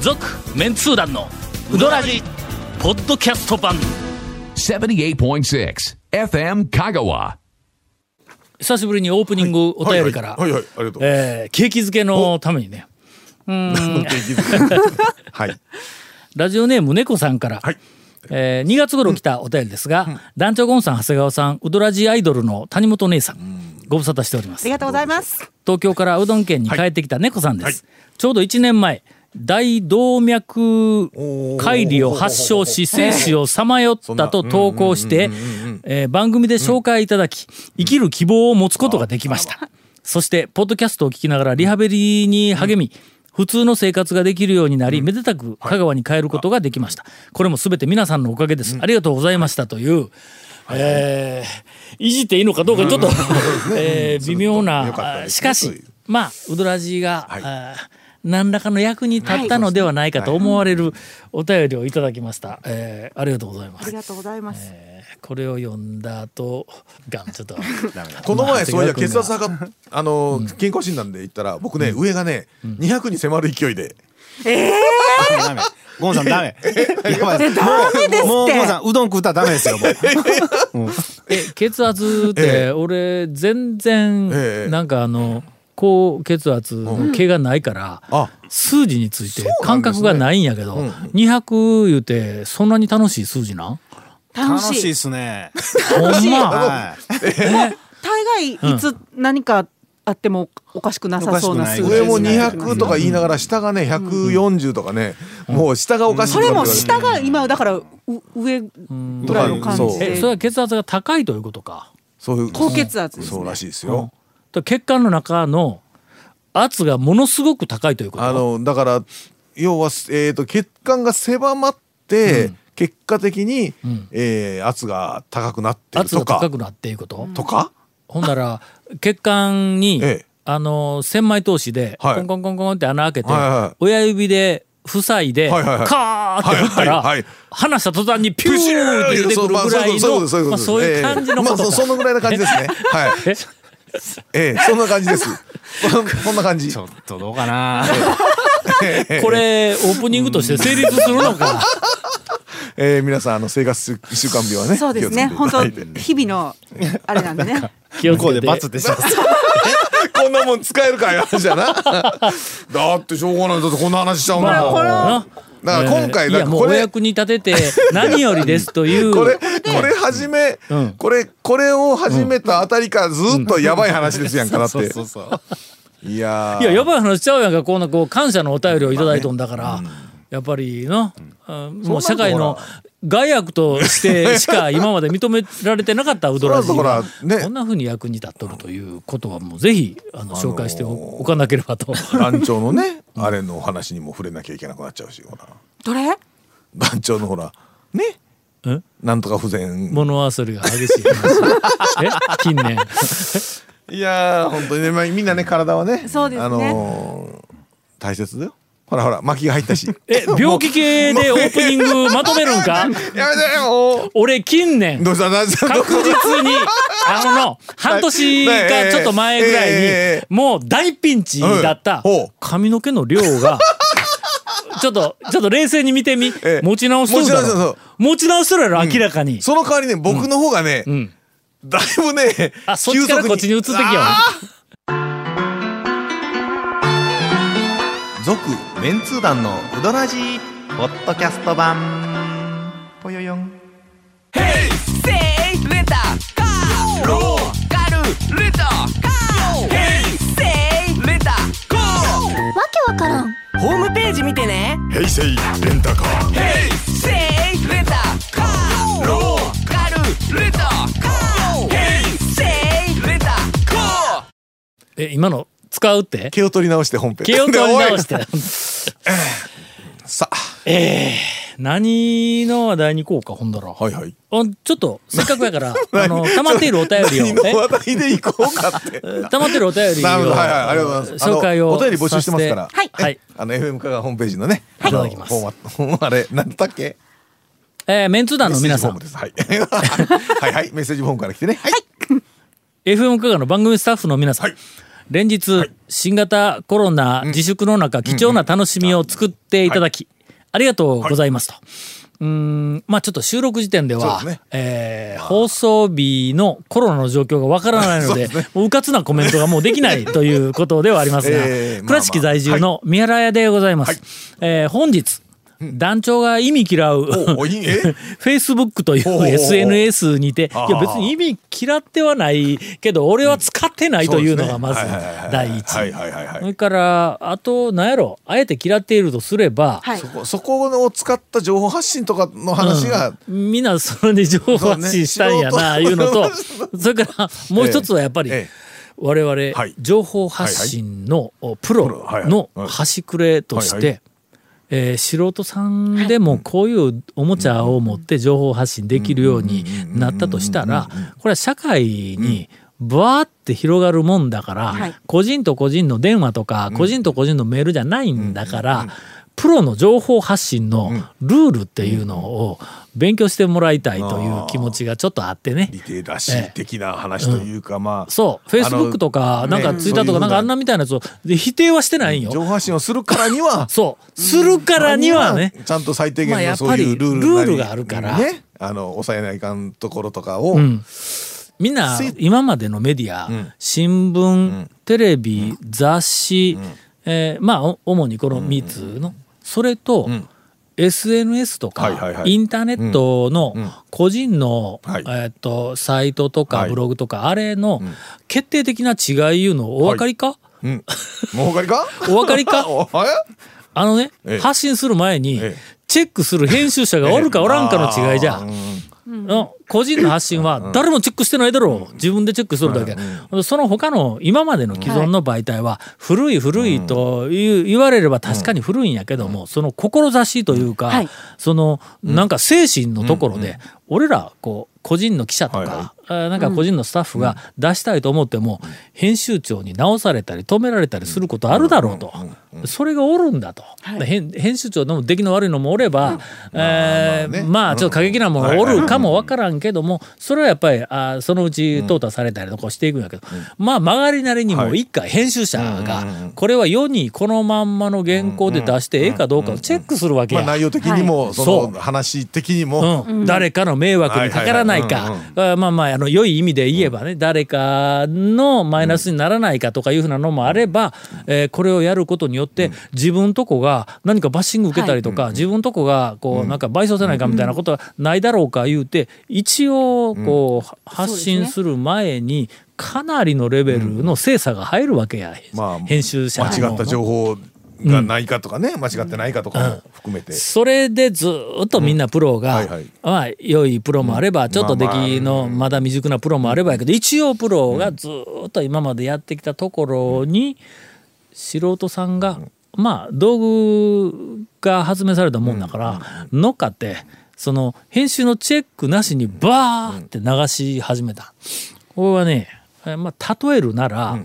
続メンツー団のウドラジポッドキャスト版 78.6 FM 香川。 久しぶりにオープニングお便りから、 はいはい、ありがとうございます。 景気づけのためにね、 はい。 ラジオネーム猫さんから、 はい。 2月頃来たお便りですが、団長ゴンさん、長谷川さん、ウドラジアイドルの谷本姉さん、ご無沙汰しております。 ありがとうございます。 東京からうどん県に帰ってきた猫さんです、 はい、 ちょうど1年前大動脈解離を発症し生死をさまよったと投稿して番組で紹介いただき、生きる希望を持つことができました。そしてポッドキャストを聞きながらリハビリに励み、普通の生活ができるようになり、めでたく香川に帰ることができました。これもすべて皆さんのおかげです、ありがとうございましたという、いじっていいのかどうかちょっと、微妙な、しかしまあウドラジが、何らかの役に立ったのではないかと思われるお便りをいただきました、ありがとうございます。 ありがとうございます。 これを読んだ後がちょっとこの前そういや血圧測っ健康診断で言ったら僕ね、上がね、200に迫る勢いで。 ダメゴンさんダメ。 ダメですって。 もうゴンさんうどん食ったらダメですよ。もう血圧って俺全然なんか高血圧の毛がないから、数字について感覚がないんやけど、200言うてそんなに楽しい数字なん？ 楽しいっすね。 ほんま。 大概いつ何かあってもおかしくなさそうな数字。 上も200とか言いながら下がね140とかね、もう下がおかしい。 それも下が今だから上ぐらいの感じで。 それは血圧が高いということか。 そういう高血圧ですね。 そうらしいですよ。 血管の中の圧がものすごく高いということ。 だから要は血管が狭まって、結果的に圧が高くなってるとか。 圧が高くなっていうこととか。 ほんなら血管に千枚通しでコンコンコンコンって穴開けて親指で塞いでカーって振ったら離した途端にピューって出てくるぐらいのそういう感じのことか。 そのぐらいな感じですね。はい。そんな感じです。こんな感じ。 ちょっとどうかな。 これオープニングとして成立するのか。 皆さん生活習慣病はね。 そうですね。本当日々のあれなんでね。 気をつけて。 向こうでバツってします。 こんなもん使えるかいう話じゃな。だってしょうがない。だってこんな話しちゃうんだもん。だから今回いやもうお役に立てて何よりですというこれ始め、これを始めたあたりからずっとやばい話ですやんか。だって。いややばい話しちゃうやんか。こんな感謝のお便りをいただいとんだから、やっぱりのもう社会の害悪としてしか今まで認められてなかったウドラジがこんなふうに役に立っとるということはもうぜひ紹介しておかなければと。 団長のねあれのお話にも触れなきゃいけなくなっちゃうし、 どれ？ 団長のほらね、なんとか不全物忘れが激しい話近年。 いや本当にね、みんなね体はね、 そうですね、 大切だよ。ほら巻きが入ったし。 病気系でオープニングまとめるんか。 やめてよ。 俺近年確実に半年かちょっと前ぐらいにもう大ピンチだった髪の毛の量がちょっと冷静に見てみ。持ち直しとるだろ。持ち直しとるやろ明らかに。 その代わりね僕の方がねだいぶねそっちからこっちに移ってきよ。 続メンツー団のウドラジポッドキャスト版ぽよよん。 ヘイセイレンタカーローカルレンタカーヘイセイレンタカーわけわからん。 ホームページ見てね。 ヘイセイレンタカーヘイセイレンタカーローカルレンタカーヘイセイレンタカー。 今の使うって気を取り直して本編気を取り直してさあ何の話題に行こうか。ほんだらはいはい、 ちょっとせっかくやから溜まっているお便りを何の話題で行こうかって溜まっているお便りを紹介をお便り募集してますから、 はい、 FM 香川ホームページのねいただきます。 あれ何だっけ、 メンツ団の皆さん、 はいはいはい、メッセージフォームから来てね。はい、 FM 香川の番組スタッフの皆さん、 連日、新型コロナ自粛の中、貴重な楽しみを作っていただき、ありがとうございますと。まあちょっと収録時点では、放送日のコロナの状況がわからないので、もううかつなコメントがもうできないということではありますが、倉敷在住の三原屋でございます。本日、団長が意味嫌うフェイスブックという SNS にて、いや別に意味嫌ってはないけど俺は使ってないというのがまず第一。それからあと何やろ、あえて嫌っているとすれば、 そこを使った情報発信とかの話が、 みんなそれで情報発信したんやないうのと、それからもう一つはやっぱり我々情報発信のプロの端くれとして素人さんでもこういうおもちゃを持って情報発信できるようになったとしたら、これは社会にブワーって広がるもんだから、個人と個人の電話とか個人と個人のメールじゃないんだから、プロの情報発信のルールっていうのを勉強してもらいたいという気持ちがちょっとあってね。 リテラシー的な話というか、まあそうフェイスブックとかなんかツイッターとかなんかあんなみたいなやつを否定はしてないんよ。 情報発信をするからにはそうするからにはね、 ちゃんと最低限のそういうルールがあるからね、抑えないかんところとかを、 みんな今までのメディア、新聞、テレビ、雑誌、まあ主にこの3つの、それと、SNS とか、インターネットの個人の、サイトとかブログとか、あれの決定的な違いいうのお分かりか？ もうお分かりか？ お分かりか？発信する前にチェックする編集者がおるかおらんかの違いじゃ。個人の発信は誰もチェックしてないだろう、自分でチェックするだけ、その他の今までの既存の媒体は古いと言われれば確かに古いんやけども、その志というか、そのなんか精神のところで俺らこう個人の記者とか、なんか個人のスタッフが出したいと思っても、編集長に直されたり止められたりすることあるだろうと、それがおるんだと、編集長の出来の悪いのもおれば、まあちょっと過激なものおるかもわからんけども、それはやっぱりそのうち淘汰されたりとかしていくんやけど、まあ曲がりなりにも一回編集者がこれは世にこのまんまの原稿で出してええかどうかをチェックするわけや。 内容的にもその話的にも、 誰かの迷惑にかからないか、まあ良い意味で言えばね、誰かのマイナスにならないかとかいうふうなのもあれば、これをやることによって自分とこが何かバッシング受けたりとか、自分とこがこうなんか賠償せないかみたいなことはないだろうか言うて、一応こう発信する前にかなりのレベルの精査が入るわけや、編集者の間違った情報がないかとかね、間違ってないかとかも含めて、 それでずっとみんなプロが、まあ良いプロもあればちょっと出来のまだ未熟なプロもあればやけど、一応プロがずっと今までやってきたところに素人さんがまあ道具が発明されたもんだから乗っかって、その編集のチェックなしにバーって流し始めた。これはね、まあ例えるなら、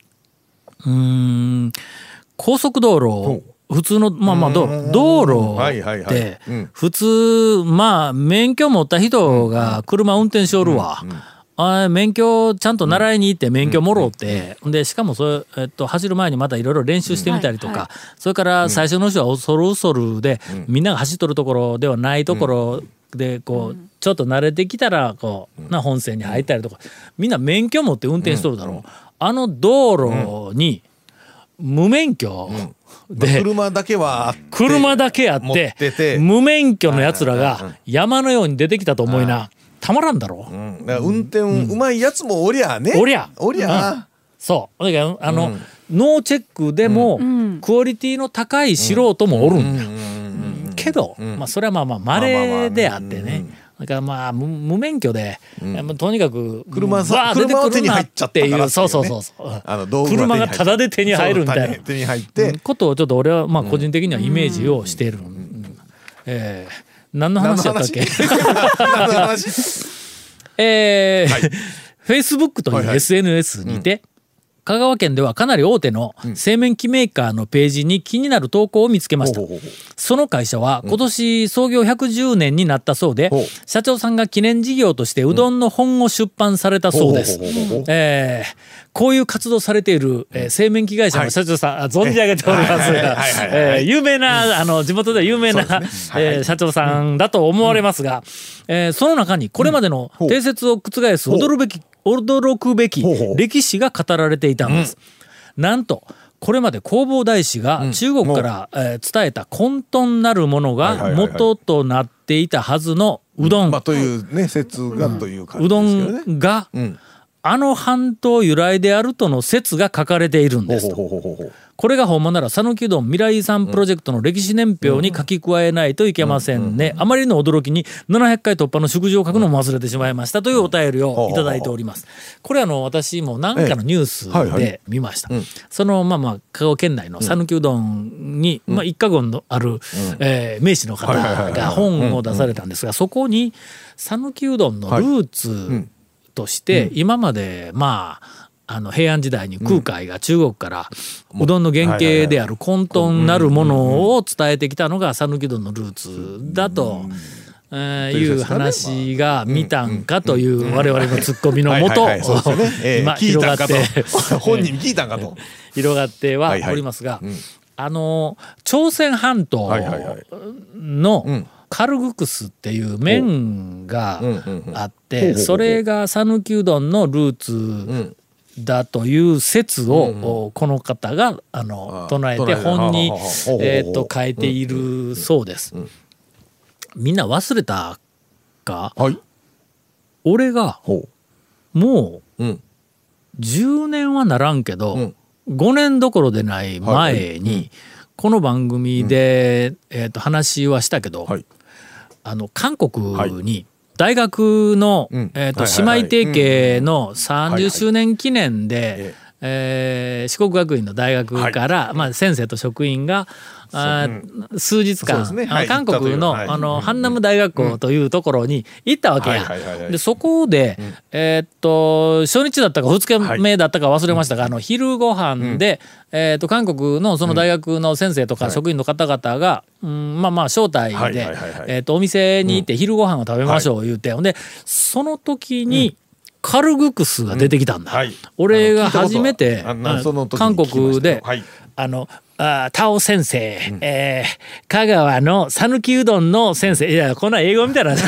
高速道路、普通の道路って普通まあ免許持った人が車運転しおるわ。免許ちゃんと習いに行って免許もろうて、でしかもそれ、走る前にまたいろいろ練習してみたりとか、それから最初の人は恐る恐るで、みんなが走っとるところではないところでこうちょっと慣れてきたらこう本線に入ったりとか、みんな免許持って運転しとるだろう。あの道路に無免許で、 車だけあって無免許のやつらが山のように出てきたと思いな、たまらんだろう。 運転うまいやつもおりゃね。 おりゃ。そうだからノーチェックでもクオリティの高い素人もおるんだよ。けどまあそれはまあ稀であってね。だからまあ無免許で、とにかく車を手に入っちゃったからそう車がタダで手に入るみたいな手に入ってことをちょっと俺はまあ個人的にはイメージをしている。何の話だったっけ？Facebook という SNS にて、 香川県ではかなり大手の製麺機メーカーのページに気になる投稿を見つけました。その会社は今年創業110年になったそうで、社長さんが記念事業としてうどんの本を出版されたそうです。こういう活動されている製麺機会社の社長さん、存じ上げておりますが、有名な地元では有名な社長さんだと思われますが、その中にこれまでの定説を覆す驚くべき歴史が語られていたんです。なんとこれまで弘法大師が中国から伝えた混沌なるものが元となっていたはずのうどん、 というね説がという感うどじですけどね。 んがあの半島由来であるとの説が書かれているんですと。これが本物なら讃岐うどん未来遺産プロジェクトの歴史年表に書き加えないといけませんね。あまりの驚きに700回突破の祝辞を書くのも忘れてしまいましたというお便りをいただいております。これ私も何かのニュースで見ました。その香川県内の讃岐うどんに一家言のある名士の方が本を出されたんですが、そこに讃岐うどんのルーツとして今まで平安時代に空海が中国からうどんの原型である混沌なるものを伝えてきたのが讃岐うどんのルーツだという話が見たんかという我々のツッコミのもと今広がって本人に聞いたんかと広がってはおりますが、朝鮮半島のカルグクスっていう麺があって、それが讃岐うどんのルーツだという説をこの方が唱えて本に書いているそうです。みんな忘れたか、俺がもう10年はならんけど5年どころでない前にこの番組で話はしたけど、韓国に大学の姉妹提携の30周年記念で四国学院の大学から先生と職員が数日間韓国のハンナム大学校というところに行ったわけや。でそこで初日だったか2日目だったか忘れましたが昼ご飯で韓国のその大学の先生とか職員の方々が招待でお店に行って昼ご飯を食べましょう言うて、ほんでその時にカルグクスが出てきたんだ。俺が初めて韓国でタオ先生、香川の讃岐うどんの先生、いやこんな英語みたいな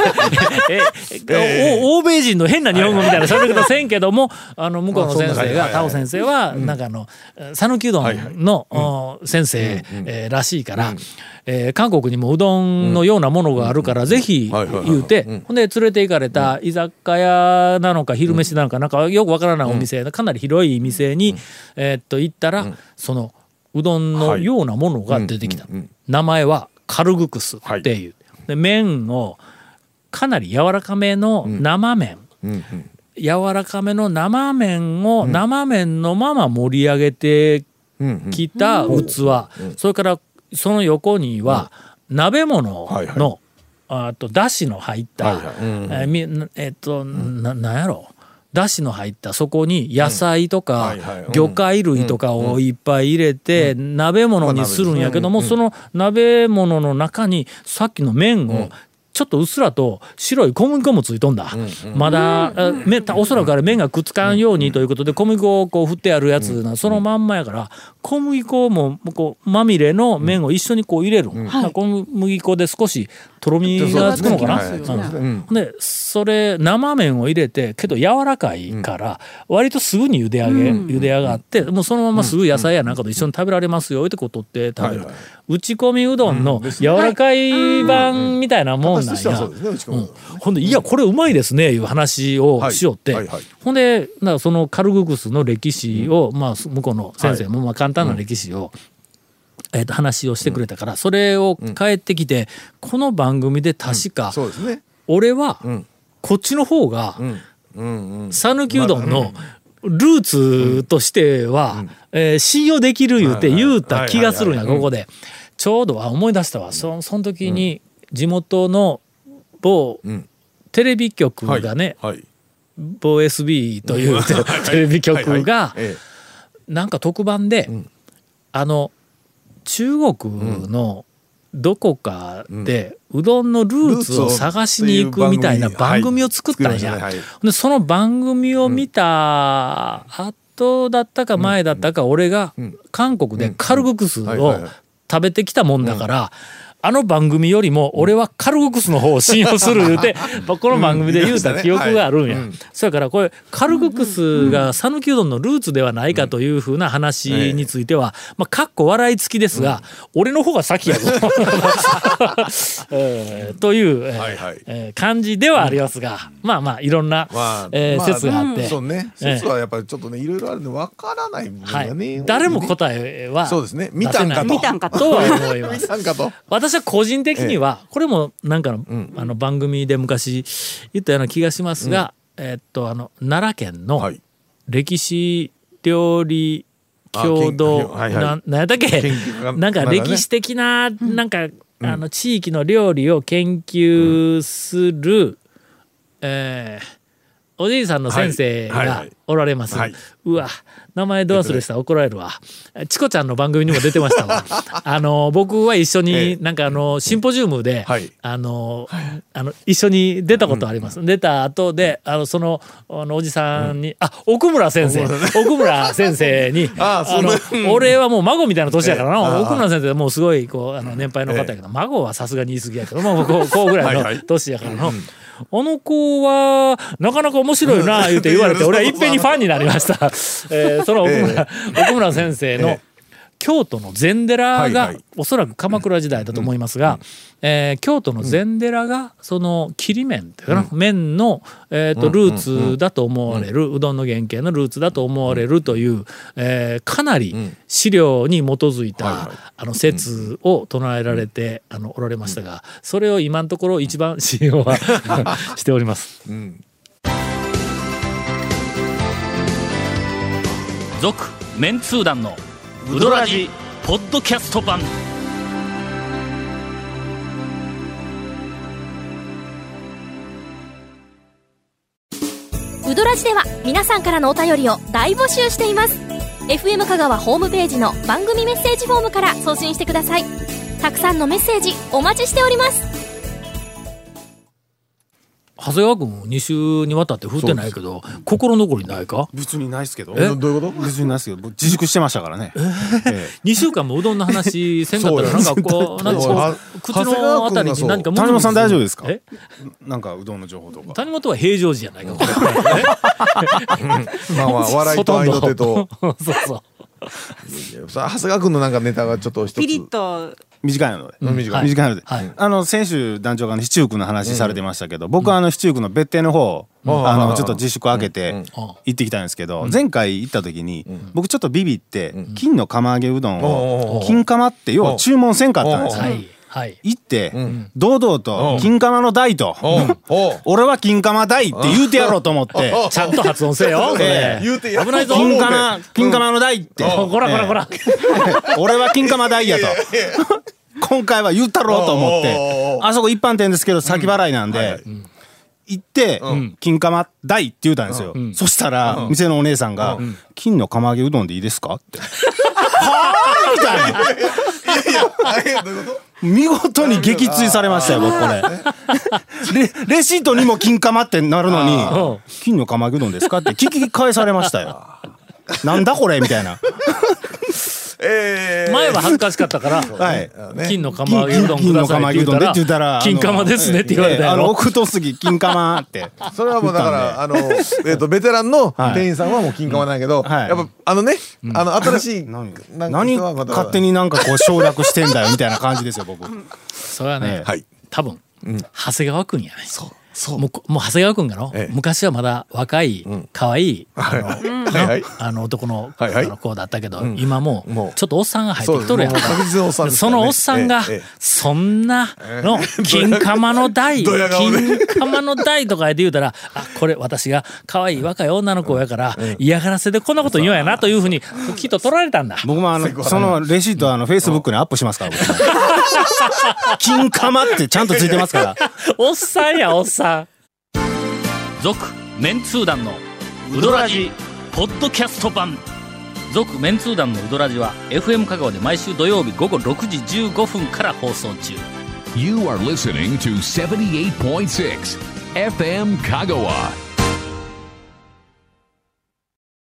欧米人の変な日本語みたいな喋り方せんけども向こうの先生がタオ先生はなんか讃岐うどんの先生らしいから、韓国にもうどんのようなものがあるからぜひ言うて、ほんで連れて行かれた居酒屋なのか昼飯なのかなんかよくわからないお店、かなり広い店に行ったらそのうどんのようなものが出てきた。名前はカルグクスっていう。で麺をかなり柔らかめの生麺、柔らかめの生麺を生麺のまま盛り上げてきた器、それからその横には鍋物のだしの入ったなんやろだしの入ったそこに野菜とか魚介類とかをいっぱい入れて鍋物にするんやけども、その鍋物の中にさっきの麺をちょっとうっすらと白い小麦粉もついとんだ。まだおそらくあれ麺がくっつかんようにということで小麦粉をこう振ってあるやつな、そのまんまやから小麦粉もこうまみれの麺を一緒にこう入れる、小麦粉で少しとろみがつくのかな。でそれ生麺を入れてけど柔らかいから割とすぐに茹で上がってもうそのまますぐ野菜やなんかと一緒に食べられますよってこう取って食べる、打ち込みうどんの柔らかい版みたいなもんなんや。ほんでいやこれうまいですねいう話をしよって、ほんでそのカルグクスの歴史を向こうの先生も簡単な歴史を話をしてくれたから、それを帰ってきてこの番組で確か俺はこっちの方が讃岐うどんのルーツとしては信用できる言うた気がするんや。ここでちょうど思い出したわ。その時に地元の某テレビ局がね、某 SB というテレビ局がなんか特番で、中国のどこかでうどんのルーツを探しに行くみたいな番組を作ったんや。でその番組を見た後だったか前だったか、俺が韓国でカルグクスを食べてきたもんだから、あの番組よりも俺はカルグクスの方を信用する言うて、この番組で言うた記憶があるんや。そやからこれカルグクスが讃岐うどんのルーツではないかというふうな話については、かっこ笑い付きですが、俺の方が先やぞという感じではありますが、まあまあいろんな説があって、 そうね、説はやっぱりちょっとねいろいろあるんでわからない部分がね、 誰も答えはそうですね、見たんかとは思います。 見たんかと。 私は個人的にはこれもなんかの番組で昔言ったような気がしますが、奈良県の歴史料理郷土なんやったっけ、なんか歴史的ななんか地域の料理を研究するおじいさんの先生がおられます。うわ、名前ど忘れしたら怒られるわ。チコちゃんの番組にも出てましたわ。僕は一緒になんかシンポジウムで一緒に出たことあります。出た後でそのおじさんに、奥村先生に俺はもう孫みたいな年やからな。奥村先生はもうすごいこう年配の方やけど、孫はさすがに言い過ぎやけどもうこうぐらいの年やからの。あの子はなかなか面白いな言われて、俺はいっぺんにファンになりました。その奥村先生の京都の禅寺が、おそらく鎌倉時代だと思いますが、京都の禅寺がその切り麺というかな、麺のルーツだと思われる、うどんの原型のルーツだと思われるという、かなり資料に基づいた説を唱えられておられましたが、それを今のところ一番信用はしております。続メンツー団のウドラジポッドキャスト版。 ウドラジでは皆さんからのお便りを大募集しています。 FM 香川ホームページの番組メッセージフォームから送信してください。たくさんのメッセージお待ちしております。 長谷川君2週にわたって振ってないけど、心残りないか？ 別にないですけど。 どういうこと？ 別にないですけど、自粛してましたからね。 2週間もうどんの話せんかったらなんかこう口のあたりに何か谷本さん大丈夫ですか？なんかうどんの情報とか。 谷本は平常時じゃないかこれ。 まあ笑いと合いの手と。 そうそう。 長谷川君のなんかネタがちょっと一つピリッと短いので、短いので、先週団長が七福の話されてましたけど、僕は七福の別邸の方ちょっと自粛開けて行ってきたんですけど、前回行った時に僕ちょっとビビって金の釜揚げうどんを金釜って要は注文せんかったんですよ。行って堂々と金釜の大と俺は金釜大って言うてやろうと思ってちゃんと発音せよ。危ないぞ。 金釜の大ってこら俺は金釜大やと今回は言ったろうと思って、あそこ一般店ですけど先払いなんで行って金釜大って言うたんですよ。そしたら店のお姉さんが金の釜揚げうどんでいいですかってはぁみたいな。 どういうこと？ 見事に撃墜されましたよ僕これ。レシートにも金釜ってなるのに金の釜揚げうどんですかって聞き返されましたよ。なんだこれみたいな。 前は恥ずかしかったから金の釜揚げうどんくださいって言ったら金釜ですねって言われたやろ。 奥戸杉金釜って。 それはもうだからベテランの店員さんはもう金釜なんやけど、やっぱ新しい何勝手になんかこう省略してんだよみたいな感じですよ僕。 それはね多分長谷川君やね。もう長谷川君が昔はまだ若い可愛い男の子だったけど、今もうちょっとおっさんが入ってきとるやん。そのおっさんがそんなの金釜の台金釜の台とかで言うたら、これ私が可愛い若い女の子やから嫌がらせでこんなこと言うんやなというふうにきっと取られたんだ。 僕もそのレシートフェイスブックにアップしますから金釜ってちゃんとついてますから。 おっさんやおっさん。続メンツー団のウドラジポッドキャスト版。 続メンツー団のウドラジは FM 香川で毎週土曜日午後6時15分から放送中。 You are listening to 78.6 FM Kagawa.